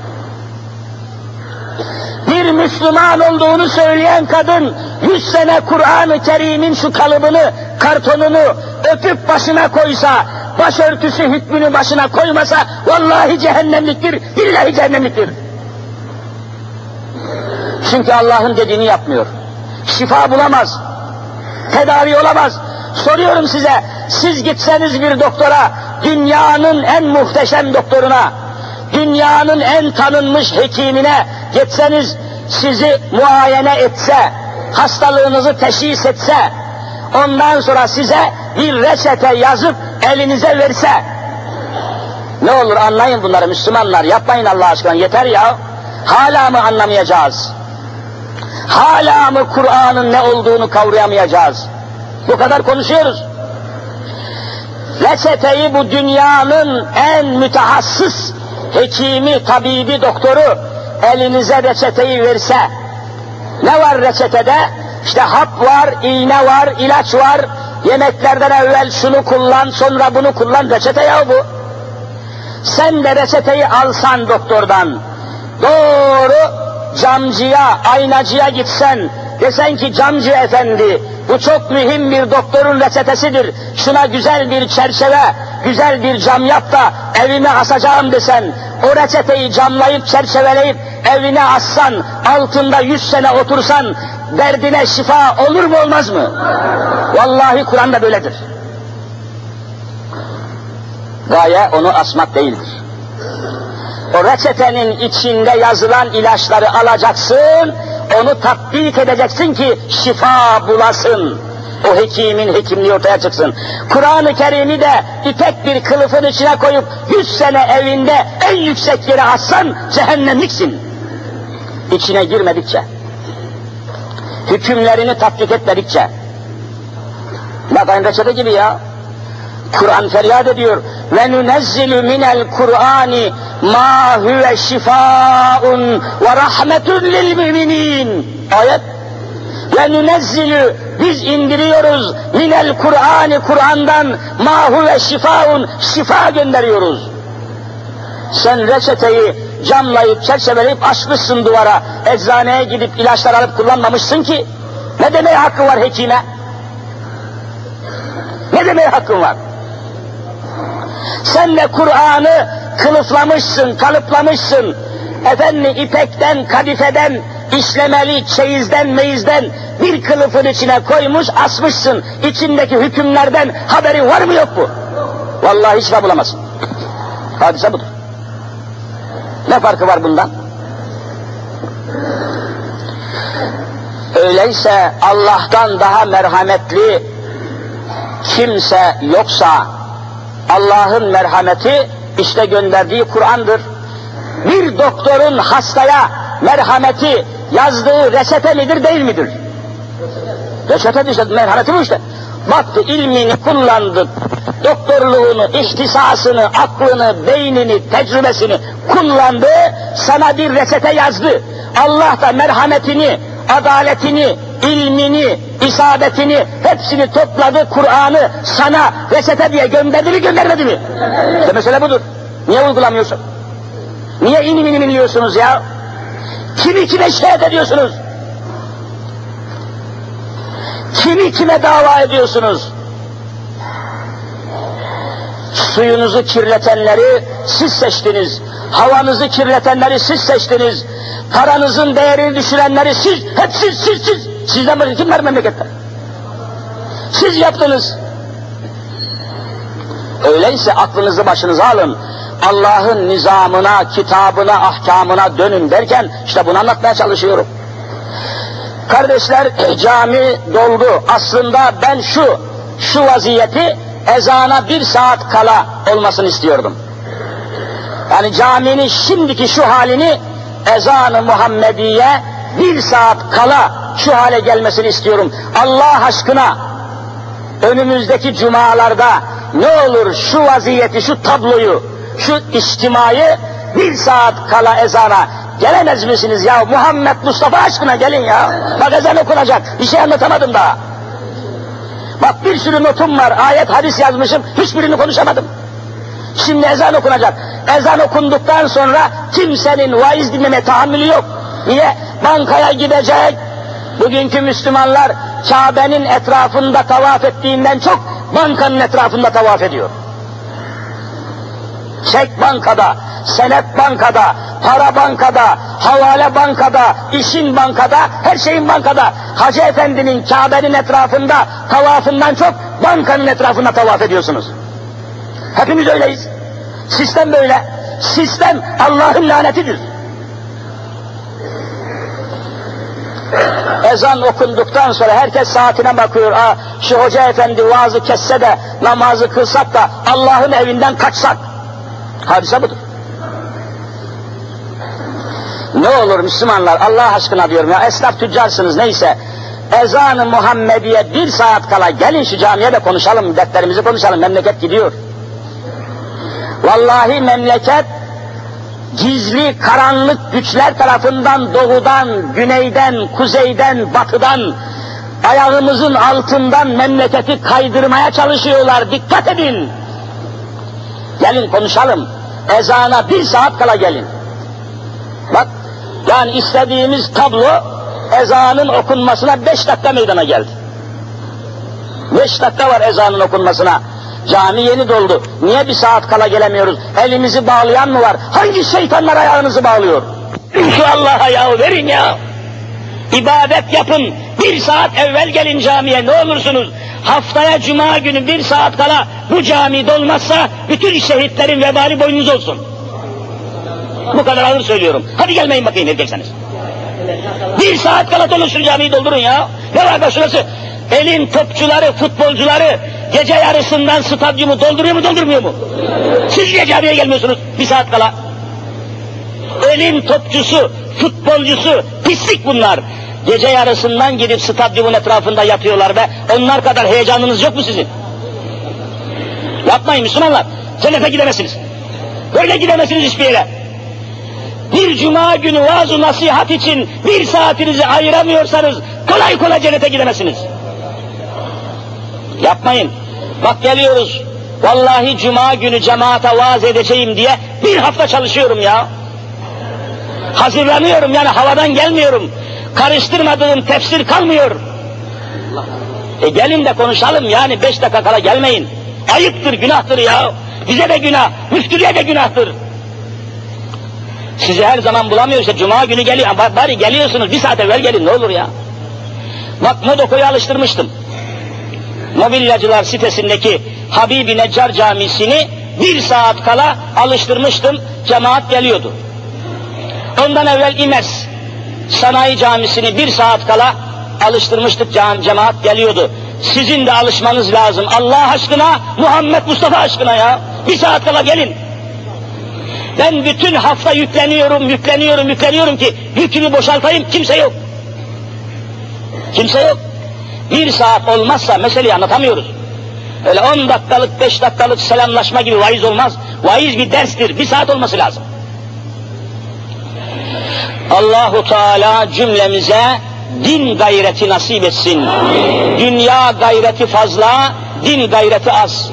Bir Müslüman olduğunu söyleyen kadın 100 sene Kur'an-ı Kerim'in şu kalıbını, kartonunu öpüp başına koysa, başörtüsü hükmünü başına koymasa vallahi cehennemliktir, billahi cehennemliktir. Çünkü Allah'ın dediğini yapmıyor. şifa bulamaz, tedavi olamaz. Soruyorum size, siz gitseniz bir doktora, dünyanın en muhteşem doktoruna, dünyanın en tanınmış hekimine gitseniz, sizi muayene etse, hastalığınızı teşhis etse, ondan sonra size bir reçete yazıp elinize verse, ne olur anlayın bunları Müslümanlar, yapmayın Allah aşkına, yeter ya. Hala mı anlamayacağız? Hala mı Kur'an'ın ne olduğunu kavrayamayacağız? Bu kadar konuşuyoruz. Reçeteyi bu dünyanın en mütehassıs hekimi, tabibi, doktoru elinize reçeteyi verse, ne var reçetede? İşte hap var, iğne var, ilaç var, yemeklerden evvel şunu kullan, sonra bunu kullan, reçete ya bu. Sen de reçeteyi alsan doktordan, doğru camcıya, aynacıya gitsen, desen ki camcı efendi, bu çok mühim bir doktorun reçetesidir, şuna güzel bir çerçeve, güzel bir cam yap da evime asacağım desen, o reçeteyi camlayıp çerçeveleyip evine assan, altında 100 sene otursan, derdine şifa olur mu olmaz mı? Vallahi Kur'an'da böyledir. Gaye onu asmak değildir. O reçetenin içinde yazılan ilaçları alacaksın, onu tatbik edeceksin ki şifa bulasın. O hekimin hekimliği ortaya çıksın. Kur'an-ı Kerim'i de ipek bir kılıfın içine koyup 100 sene evinde en yüksek yere assan cehennemliksin. İçine girmedikçe, hükümlerini tatbik etmedikçe. Bakın reçete gibi ya. Kur'an feryat ediyor. Ve nunezzilu minel Kur'ani ma huve şifaun ve rahmetun lil müminin. Ayet. Ve nunezzilu, biz indiriyoruz minel Kur'ani, Kur'an'dan ma huve şifaun, şifa gönderiyoruz. Sen reçeteyi camlayıp çerçeveleyip açmışsın duvara, eczaneye gidip ilaçlar alıp kullanmamışsın ki, ne demeye hakkın var hekime? Ne demeye hakkın var? Sen de Kur'an'ı kılıflamışsın, kalıplamışsın, efendim ipekten, kadifeden, işlemeli, çeyizden, meyizden bir kılıfın içine koymuş, asmışsın. İçindeki hükümlerden haberin var mı yok mu? Vallahi hiç bulamazsın. Hadise budur. Ne farkı var bundan? Öyleyse Allah'tan daha merhametli kimse yoksa, Allah'ın merhameti işte gönderdiği Kur'an'dır. Bir doktorun hastaya merhameti yazdığı reçete midir değil midir? Reçete işte, merhameti bu işte. Baktı, ilmini kullandı, doktorluğunu, ihtisasını, aklını, beynini, tecrübesini kullandı, sana bir reçete yazdı. Allah da merhametini, adaletini, ilmini, isabetini, hepsini topladı, Kur'an'ı sana reçete diye gönderdi mi, göndermedi mi? İşte mesele budur. Niye uygulamıyorsun? Niye inim biliyorsunuz ya? Kimi kime şehit ediyorsunuz? Kimi kime dava ediyorsunuz? Suyunuzu kirletenleri siz seçtiniz, havanızı kirletenleri siz seçtiniz, paranızın değerini düşürenleri siz, hep siz. Sizden başka kim var memlekette? Siz yaptınız. Öyleyse aklınızı başınıza alın, Allah'ın nizamına, kitabına, ahkamına dönün derken işte bunu anlatmaya çalışıyorum. Kardeşler, cami doldu. Aslında ben şu vaziyeti ezana 1 saat kala olmasını istiyordum. Yani caminin şimdiki şu halini, ezan-ı Muhammediye 1 saat kala şu hale gelmesini istiyorum. Allah aşkına önümüzdeki cumalarda ne olur şu vaziyeti, şu tabloyu, şu içtimayı 1 saat kala ezana gelemez misiniz ya? Muhammed Mustafa aşkına gelin ya. Bak ezan okunacak. Bir şey anlatamadım daha. Bak bir sürü notum var. Ayet, hadis yazmışım. Hiçbirini konuşamadım. Şimdi ezan okunacak. Ezan okunduktan sonra kimsenin vaiz dinleme tahammülü yok. Niye? Bankaya gidecek. Bugünkü Müslümanlar Kabe'nin etrafında tavaf ettiğinden çok bankanın etrafında tavaf ediyor. Çek bankada, senet bankada, para bankada, havale bankada, işin bankada, her şeyin bankada. Hacı Efendi'nin Kabe'nin etrafında tavafından çok bankanın etrafında tavaf ediyorsunuz. Hepimiz öyleyiz. Sistem böyle. Sistem Allah'ın lanetidir. Ezan okunduktan sonra herkes saatine bakıyor. Şu hoca efendi vaazı kesse de namazı kılsak da Allah'ın evinden kaçsak. Hadise budur. Ne olur Müslümanlar, Allah aşkına diyorum ya, esnaf tüccarsınız neyse, ezan-ı Muhammediye 1 saat kala gelin şu camiye de konuşalım, dertlerimizi konuşalım, memleket gidiyor. Vallahi memleket gizli karanlık güçler tarafından doğudan, güneyden, kuzeyden, batıdan, ayağımızın altından memleketi kaydırmaya çalışıyorlar, dikkat edin. Gelin konuşalım, ezana 1 saat kala gelin. Bak, yani istediğimiz tablo ezanın okunmasına 5 dakika meydana geldi. 5 dakika var ezanın okunmasına. Cami yeni doldu. Niye 1 saat kala gelemiyoruz? Elimizi bağlayan mı var? Hangi şeytanlar ayağınızı bağlıyor? Şu Allah'a ya verin ya. İbadet yapın. 1 saat evvel gelin camiye ne olursunuz. Haftaya cuma günü 1 saat kala bu cami dolmazsa bütün şehitlerin vebali boynunuz olsun. Bu kadar ağır söylüyorum. Hadi gelmeyin bakayım erkekseniz. 1 saat kala doluşun camiyi doldurun ya. Ne var da şurası? Elin topçuları, futbolcuları gece yarısından stadyumu dolduruyor mu, doldurmuyor mu? Siz niye camiye gelmiyorsunuz 1 saat kala? Elin topçusu, futbolcusu, pislik bunlar. Gece yarısından gidip stadyumun etrafında yatıyorlar ve onlar kadar heyecanınız yok mu sizin? Yapmayın Müslümanlar. Cennete gidemezsiniz. Böyle gidemezsiniz hiçbir yere. Bir cuma günü vaaz-ı nasihat için 1 saatinizi ayıramıyorsanız kolay kolay cennete gidemezsiniz. Yapmayın. Bak geliyoruz. Vallahi cuma günü cemaate vaaz edeceğim diye 1 hafta çalışıyorum ya. Hazırlanıyorum yani havadan gelmiyorum. Karıştırmadığım tefsir kalmıyor. Gelin de konuşalım yani 5 dakika kala gelmeyin. Ayıptır, günahtır ya. Bize de günah, müftülüğe de günahtır. Sizi her zaman bulamıyorsa cuma günü geliyor. Bari geliyorsunuz 1 saat evvel gelin ne olur ya. Bak Modoko'yu alıştırmıştım. Mobilyacılar sitesindeki Habibi Neccar Camisi'ni 1 saat kala alıştırmıştım. Cemaat geliyordu. Ondan evvel İmers Sanayi Camisi'ni 1 saat kala alıştırmıştık, cemaat geliyordu. Sizin de alışmanız lazım. Allah aşkına, Muhammed Mustafa aşkına ya. 1 saat kala gelin. Ben bütün hafta yükleniyorum ki yükümü boşaltayım, kimse yok. Kimse yok. 1 saat olmazsa meseleyi anlatamıyoruz. Öyle 10 dakikalık, 5 dakikalık selamlaşma gibi vaiz olmaz. Vaiz bir derstir, 1 saat olması lazım. Allahu Teala cümlemize din gayreti nasip etsin. Dünya gayreti fazla, din gayreti az.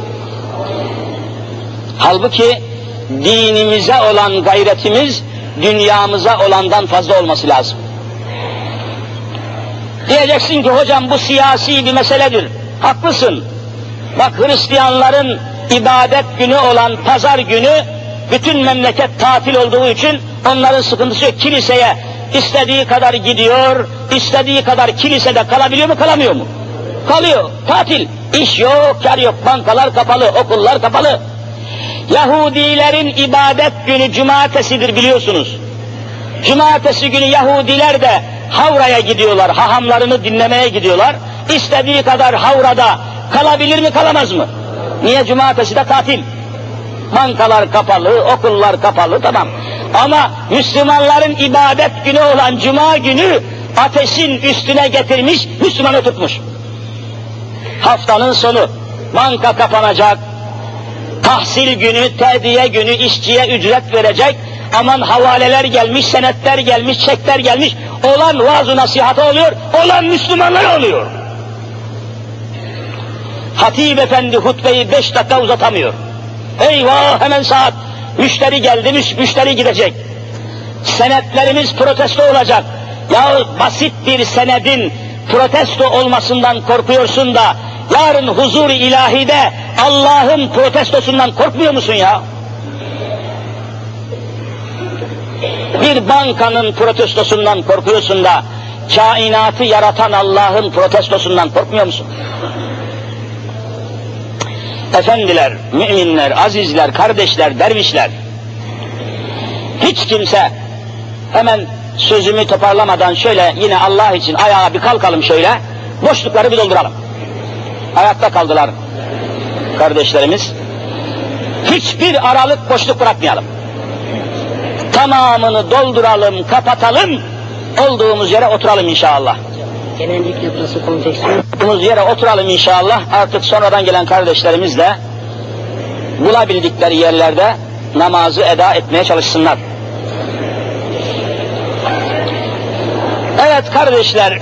Halbuki dinimize olan gayretimiz dünyamıza olandan fazla olması lazım. Diyeceksin ki hocam bu siyasi bir meseledir. Haklısın. Bak Hristiyanların ibadet günü olan pazar günü bütün memleket tatil olduğu için onların sıkıntısı yok. Kiliseye istediği kadar gidiyor, istediği kadar kilisede kalabiliyor mu, kalamıyor mu? Kalıyor, tatil. İş yok, kar yok, bankalar kapalı, okullar kapalı. Yahudilerin ibadet günü cumartesidir biliyorsunuz. Cumartesi günü Yahudiler de Havra'ya gidiyorlar, hahamlarını dinlemeye gidiyorlar. İstediği kadar Havra'da kalabilir mi, kalamaz mı? Niye? Cumartesi de tatil. Bankalar kapalı, okullar kapalı, tamam. Ama Müslümanların ibadet günü olan Cuma günü ateşin üstüne getirmiş, Müslümanı tutmuş. Haftanın sonu, banka kapanacak, tahsil günü, tediye günü, işçiye ücret verecek, aman havaleler gelmiş, senetler gelmiş, çekler gelmiş, olan vaaz-ı nasihatı oluyor, olan Müslümanlar oluyor. Hatip efendi hutbeyi 5 dakika uzatamıyor. Eyvah hemen saat, müşteri geldi, müşteri gidecek. Senetlerimiz protesto olacak. Ya basit bir senedin protesto olmasından korkuyorsun da yarın huzur-i ilahide Allah'ın protestosundan korkmuyor musun ya? Bir bankanın protestosundan korkuyorsun da kainatı yaratan Allah'ın protestosundan korkmuyor musun? Efendiler, müminler, azizler, kardeşler, dervişler, hiç kimse hemen sözümü toparlamadan şöyle yine Allah için ayağa bir kalkalım şöyle, boşlukları bir dolduralım. Ayakta kaldılar kardeşlerimiz. Hiçbir aralık boşluk bırakmayalım. Tamamını dolduralım, kapatalım, olduğumuz yere oturalım inşallah. Genellikle burası konfeksiyon. Olduğumuz yere oturalım inşallah. Artık sonradan gelen kardeşlerimizle bulabildikleri yerlerde namazı eda etmeye çalışsınlar. Evet kardeşler,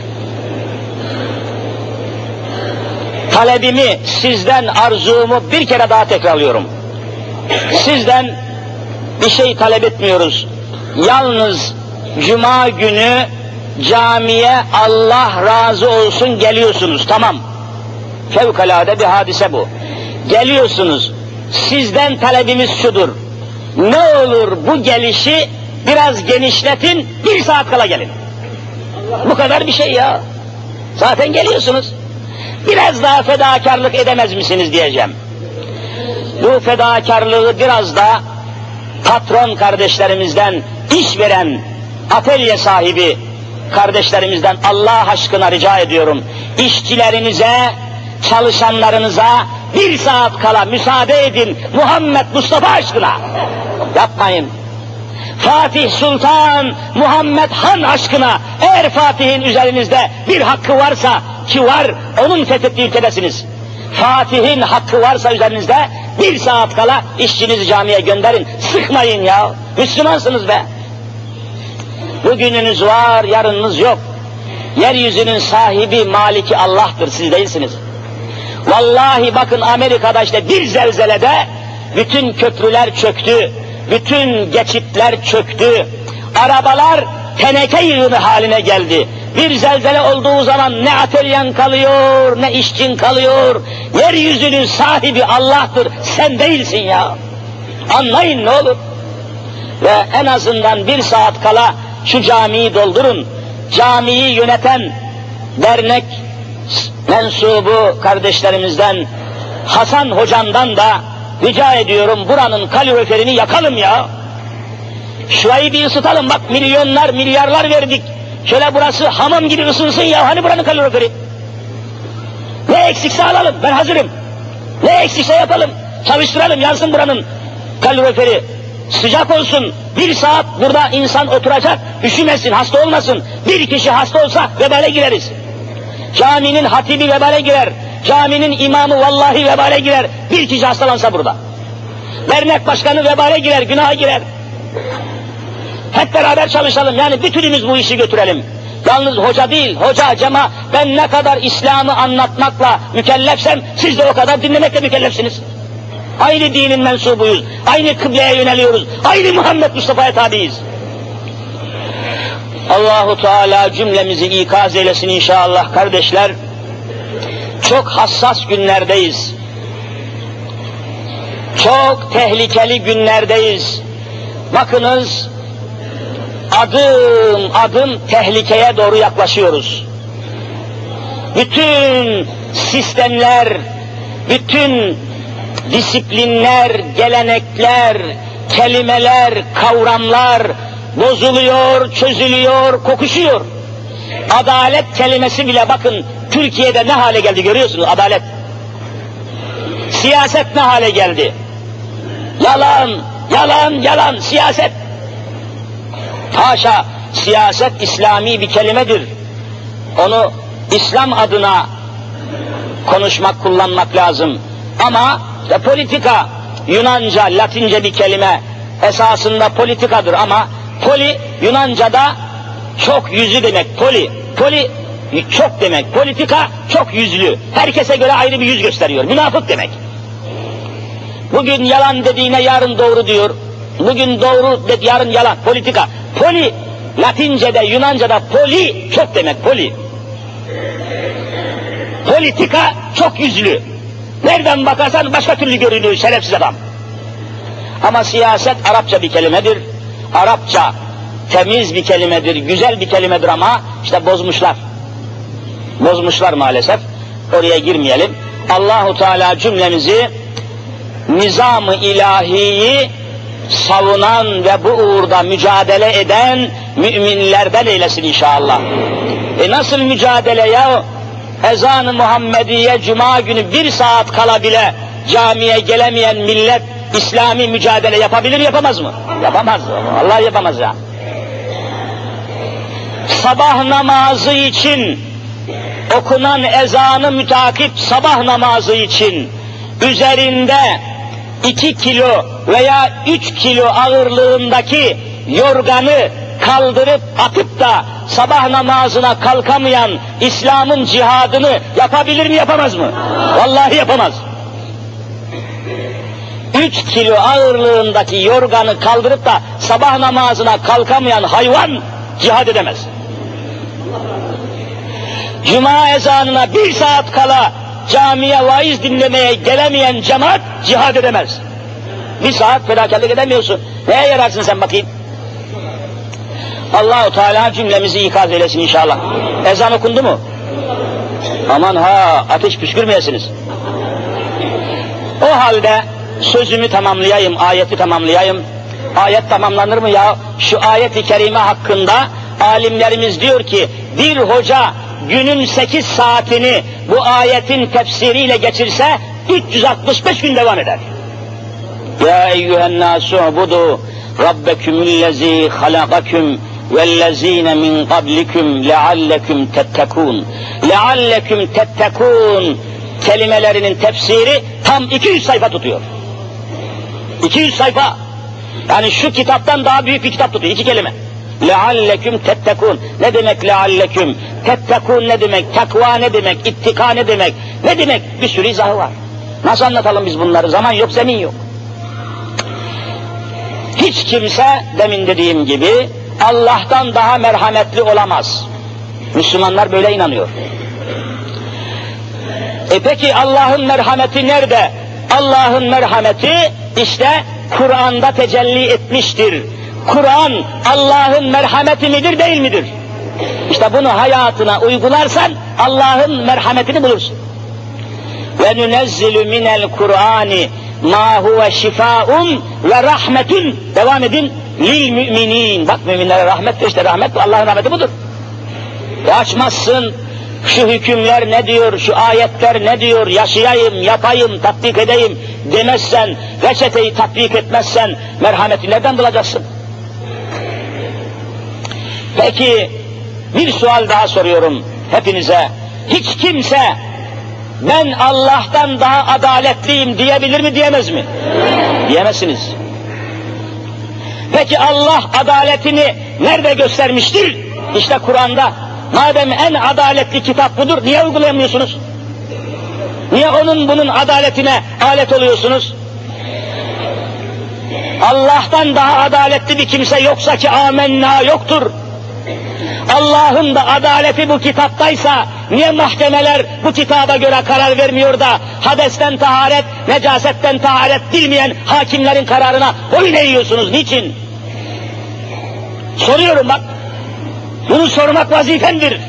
talebimi, sizden arzumu bir kere daha tekrarlıyorum. Sizden bir şey talep etmiyoruz. Yalnız Cuma günü camiye Allah razı olsun geliyorsunuz, tamam. Fevkalade bir hadise bu. Geliyorsunuz. Sizden talebimiz şudur. Ne olur bu gelişi biraz genişletin, 1 saat kala gelin. Bu kadar bir şey ya. Zaten geliyorsunuz. Biraz daha fedakarlık edemez misiniz diyeceğim. Bu fedakarlığı biraz da patron kardeşlerimizden, işveren, atölye sahibi kardeşlerimizden Allah aşkına rica ediyorum. İşçilerinize, çalışanlarınıza 1 saat kala müsaade edin. Muhammed Mustafa aşkına. Yapmayın. Fatih Sultan Muhammed Han aşkına, eğer Fatih'in üzerinizde bir hakkı varsa, ki var, onun fethettiği ülkedesiniz. Fatih'in hakkı varsa üzerinizde 1 saat kala işçinizi camiye gönderin. Sıkmayın ya. Müslümansınız be. Bugününüz var, yarınınız yok. Yeryüzünün sahibi, maliki Allah'tır, siz değilsiniz. Vallahi bakın Amerika'da işte bir zelzelede bütün köprüler çöktü, bütün geçitler çöktü, arabalar teneke yığını haline geldi. Bir zelzele olduğu zaman ne atölyen kalıyor, ne işçin kalıyor. Yeryüzünün sahibi Allah'tır, sen değilsin ya. Anlayın ne olur. Ve en azından 1 saat kala şu camiyi doldurun. Camiyi yöneten dernek mensubu kardeşlerimizden, Hasan hocamdan da rica ediyorum, buranın kaloriferini yakalım ya. Şurayı bir ısıtalım, bak milyonlar, milyarlar verdik. Şöyle burası hamam gibi ısınsın ya, hani buranın kaloriferi. Ne eksikse alalım, ben hazırım. Ne eksikse yapalım, çalıştıralım, yansın buranın kaloriferi. Sıcak olsun, 1 saat burada insan oturacak, üşümesin, hasta olmasın. 1 kişi hasta olsa vebale gireriz. Caminin hatibi vebale girer, caminin imamı vallahi vebale girer. 1 kişi hastalansa burada. Dernek başkanı vebale girer, günaha girer. Hep beraber çalışalım, yani bütünümüz bu işi götürelim. Yalnız hoca değil, hoca, cema, ben ne kadar İslam'ı anlatmakla mükellefsem, siz de o kadar dinlemekle mükellefsiniz. Aynı dinin mensubuyuz, aynı kıbleye yöneliyoruz, aynı Muhammed Mustafa'ya tabiiz. Allahu Teala cümlemizi ikaz eylesin inşallah kardeşler. Çok hassas günlerdeyiz. Çok tehlikeli günlerdeyiz. Bakınız, adım adım tehlikeye doğru yaklaşıyoruz. Bütün sistemler, bütün disiplinler, gelenekler, kelimeler, kavramlar bozuluyor, çözülüyor, kokuşuyor. Adalet kelimesi bile bakın Türkiye'de ne hale geldi görüyorsunuz, adalet. Siyaset ne hale geldi? Yalan, yalan, yalan, siyaset. Haşa, siyaset İslami bir kelimedir. Onu İslam adına konuşmak, kullanmak lazım. Ama politika, Yunanca, Latince bir kelime, esasında politikadır ama poli, Yunanca'da çok yüzlü demek, poli çok demek, politika çok yüzlü, herkese göre ayrı bir yüz gösteriyor, münafık demek. Bugün yalan dediğine yarın doğru diyor, bugün doğru dedi, yarın yalan, politika. Poli, Latince'de, Yunanca'da poli çok demek, poli. Politika çok yüzlü. Nereden bakarsan başka türlü görünüyor şerefsiz adam. Ama siyaset Arapça bir kelimedir. Arapça temiz bir kelimedir, güzel bir kelimedir ama işte bozmuşlar. Bozmuşlar maalesef. Oraya girmeyelim. Allahu Teala cümlemizi nizam-ı ilahiyi savunan ve bu uğurda mücadele eden müminlerden eylesin inşallah. Nasıl mücadele ya? Ezan-ı Muhammediye Cuma günü 1 saat kala bile camiye gelemeyen millet İslami mücadele yapabilir, yapamaz mı? Yapamaz. Allah yapamaz ya. Sabah namazı için okunan ezanı mütakip sabah namazı için üzerinde 2 kilo veya 3 kilo ağırlığındaki yorganı kaldırıp atıp da sabah namazına kalkamayan İslam'ın cihadını yapabilir mi, yapamaz mı? Vallahi yapamaz. 3 kilo ağırlığındaki yorganı kaldırıp da sabah namazına kalkamayan hayvan cihad edemez. Cuma ezanına 1 saat kala camiye vaiz dinlemeye gelemeyen cemaat cihad edemez. 1 saat fedakarlık edemiyorsun. Neye yararsın sen bakayım? Allah-u Teala cümlemizi ikaz eylesin inşallah. Ezan okundu mu? Aman ha, ateş püskürmeyesiniz. O halde sözümü tamamlayayım, ayeti tamamlayayım. Ayet tamamlanır mı ya? Şu ayet-i kerime hakkında alimlerimiz diyor ki, bir hoca günün 8 saatini bu ayetin tefsiriyle geçirse 365 gün devam eder. Ya eyyühennâsû ubudu rabbekümüllezî halakaküm vellezîne min qablikum lealleküm tettekûn. Lealleküm tettekûn kelimelerinin tefsiri tam 200 sayfa tutuyor. 200 sayfa. Yani şu kitaptan daha büyük bir kitap tutuyor. 2 kelime. Lealleküm tettekûn. Ne demek lealleküm? Tettekûn ne demek? Takva ne demek? İttika ne demek? Ne demek? Bir sürü izahı var. Nasıl anlatalım biz bunları? Zaman yok, zemin yok. Hiç kimse demin dediğim gibi Allah'tan daha merhametli olamaz. Müslümanlar böyle inanıyor. Peki Allah'ın merhameti nerede? Allah'ın merhameti işte Kur'an'da tecelli etmiştir. Kur'an Allah'ın merhameti midir, değil midir? İşte bunu hayatına uygularsan Allah'ın merhametini bulursun. Ve nunezzilu minel Kur'ani ma huve şifaun ve rahmetun. Devam edin. Lil müminin. Bak müminlere rahmet, işte rahmet, Allah'ın rahmeti budur. Açmazsın, şu hükümler ne diyor, şu ayetler ne diyor, yaşayayım, yapayım, tatbik edeyim demezsen, reçeteyi tatbik etmezsen merhameti nereden bulacaksın? Peki bir sual daha soruyorum hepinize. Hiç kimse ben Allah'tan daha adaletliyim diyebilir mi, diyemez mi? Diyemezsiniz. Peki Allah adaletini nerede göstermiştir? İşte Kur'an'da. Madem en adaletli kitap budur, niye uygulayamıyorsunuz? Niye onun bunun adaletine alet oluyorsunuz? Allah'tan daha adaletli bir kimse yoksa ki amenna yoktur. Allah'ın da adaleti bu kitaptaysa niye mahkemeler bu kitaba göre karar vermiyor da hadesten taharet, necasetten taharet bilmeyen hakimlerin kararına boyun eğiyorsunuz? Niçin? Soruyorum bak. Bunu sormak vazifemdir.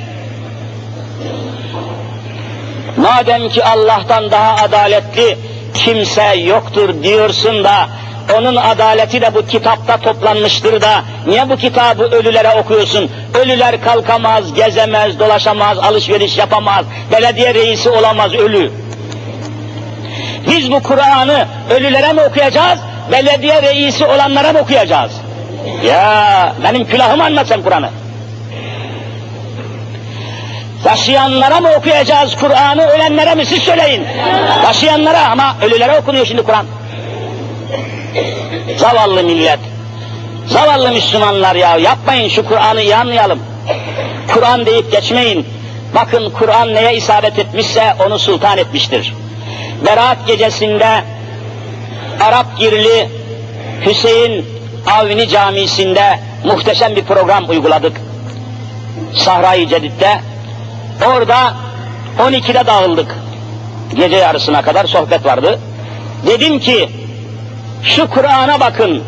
Madem ki Allah'tan daha adaletli kimse yoktur diyorsun da onun adaleti de bu kitapta toplanmıştır da niye bu kitabı ölülere okuyorsun? Ölüler kalkamaz, gezemez, dolaşamaz, alışveriş yapamaz, belediye reisi olamaz ölü. Biz bu Kur'an'ı ölülere mi okuyacağız, belediye reisi olanlara mı okuyacağız? Ya benim külahımı anlat sen Kur'an'ı. Yaşayanlara mı okuyacağız Kur'an'ı, ölenlere mi? Siz söyleyin. Yaşayanlara, ama ölülere okunuyor şimdi Kur'an. Zavallı millet, zavallı Müslümanlar ya, yapmayın, şu Kur'an'ı iyi anlayalım. Kur'an deyip geçmeyin. Bakın Kur'an neye isabet etmişse onu sultan etmiştir. Berat gecesinde Arapgirli Hüseyin Avni Camisi'nde muhteşem bir program uyguladık. Sahra-i Cedid'de. Orada 12'de dağıldık. Gece yarısına kadar sohbet vardı. Dedim ki, şu Kur'an'a bakın,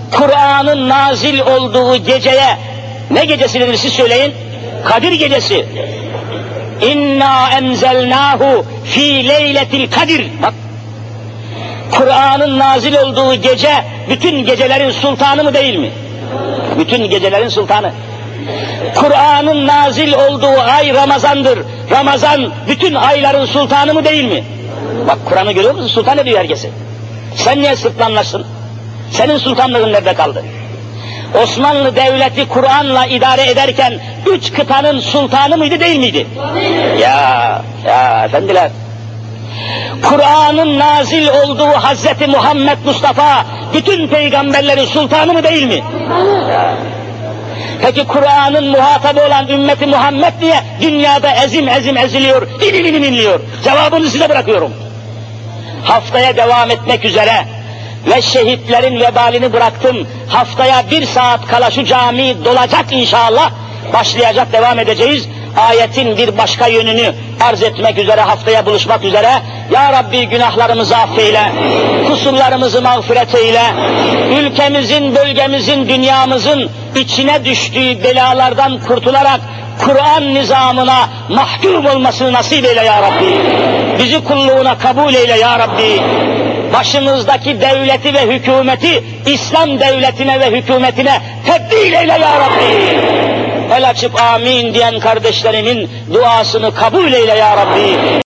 Kur'an'ın nazil olduğu geceye ne gecesi denir siz söyleyin? Kadir gecesi. İnna enzelnahu fi leyletil kadir. Bak, Kur'an'ın nazil olduğu gece bütün gecelerin sultanı mı değil mi? Bütün gecelerin sultanı. Kur'an'ın nazil olduğu ay Ramazan'dır. Ramazan bütün ayların sultanı mı değil mi? Bak Kur'an'ı görüyor musun? Sultan ediyor herkesi. Sen niye sırtlanlaşsın? Senin sultanlığın nerede kaldı? Osmanlı Devleti Kur'an'la idare ederken 3 kıtanın sultanı mıydı değil miydi? Ya efendiler. Kur'an'ın nazil olduğu Hazreti Muhammed Mustafa bütün peygamberlerin sultanı mı değil mi? Ya. Peki Kur'an'ın muhatabı olan ümmeti Muhammed niye dünyada ezim eziliyor, ilim inliyor? Cevabını size bırakıyorum. Haftaya devam etmek üzere ve şehitlerin vebalini bıraktım. Haftaya 1 saat kala şu cami dolacak inşallah. Başlayacak, devam edeceğiz. Ayetin bir başka yönünü arz etmek üzere, haftaya buluşmak üzere. Ya Rabbi günahlarımızı affeyle, kusurlarımızı mağfiret eyle, ülkemizin, bölgemizin, dünyamızın içine düştüğü belalardan kurtularak Kur'an nizamına mahkum olmasını nasip eyle ya Rabbi. Bizi kulluğuna kabul eyle ya Rabbi. Başımızdaki devleti ve hükümeti İslam devletine ve hükümetine tebdil eyle ya Rabbi. El açıp amin diyen kardeşlerimin duasını kabul eyle ya Rabbi.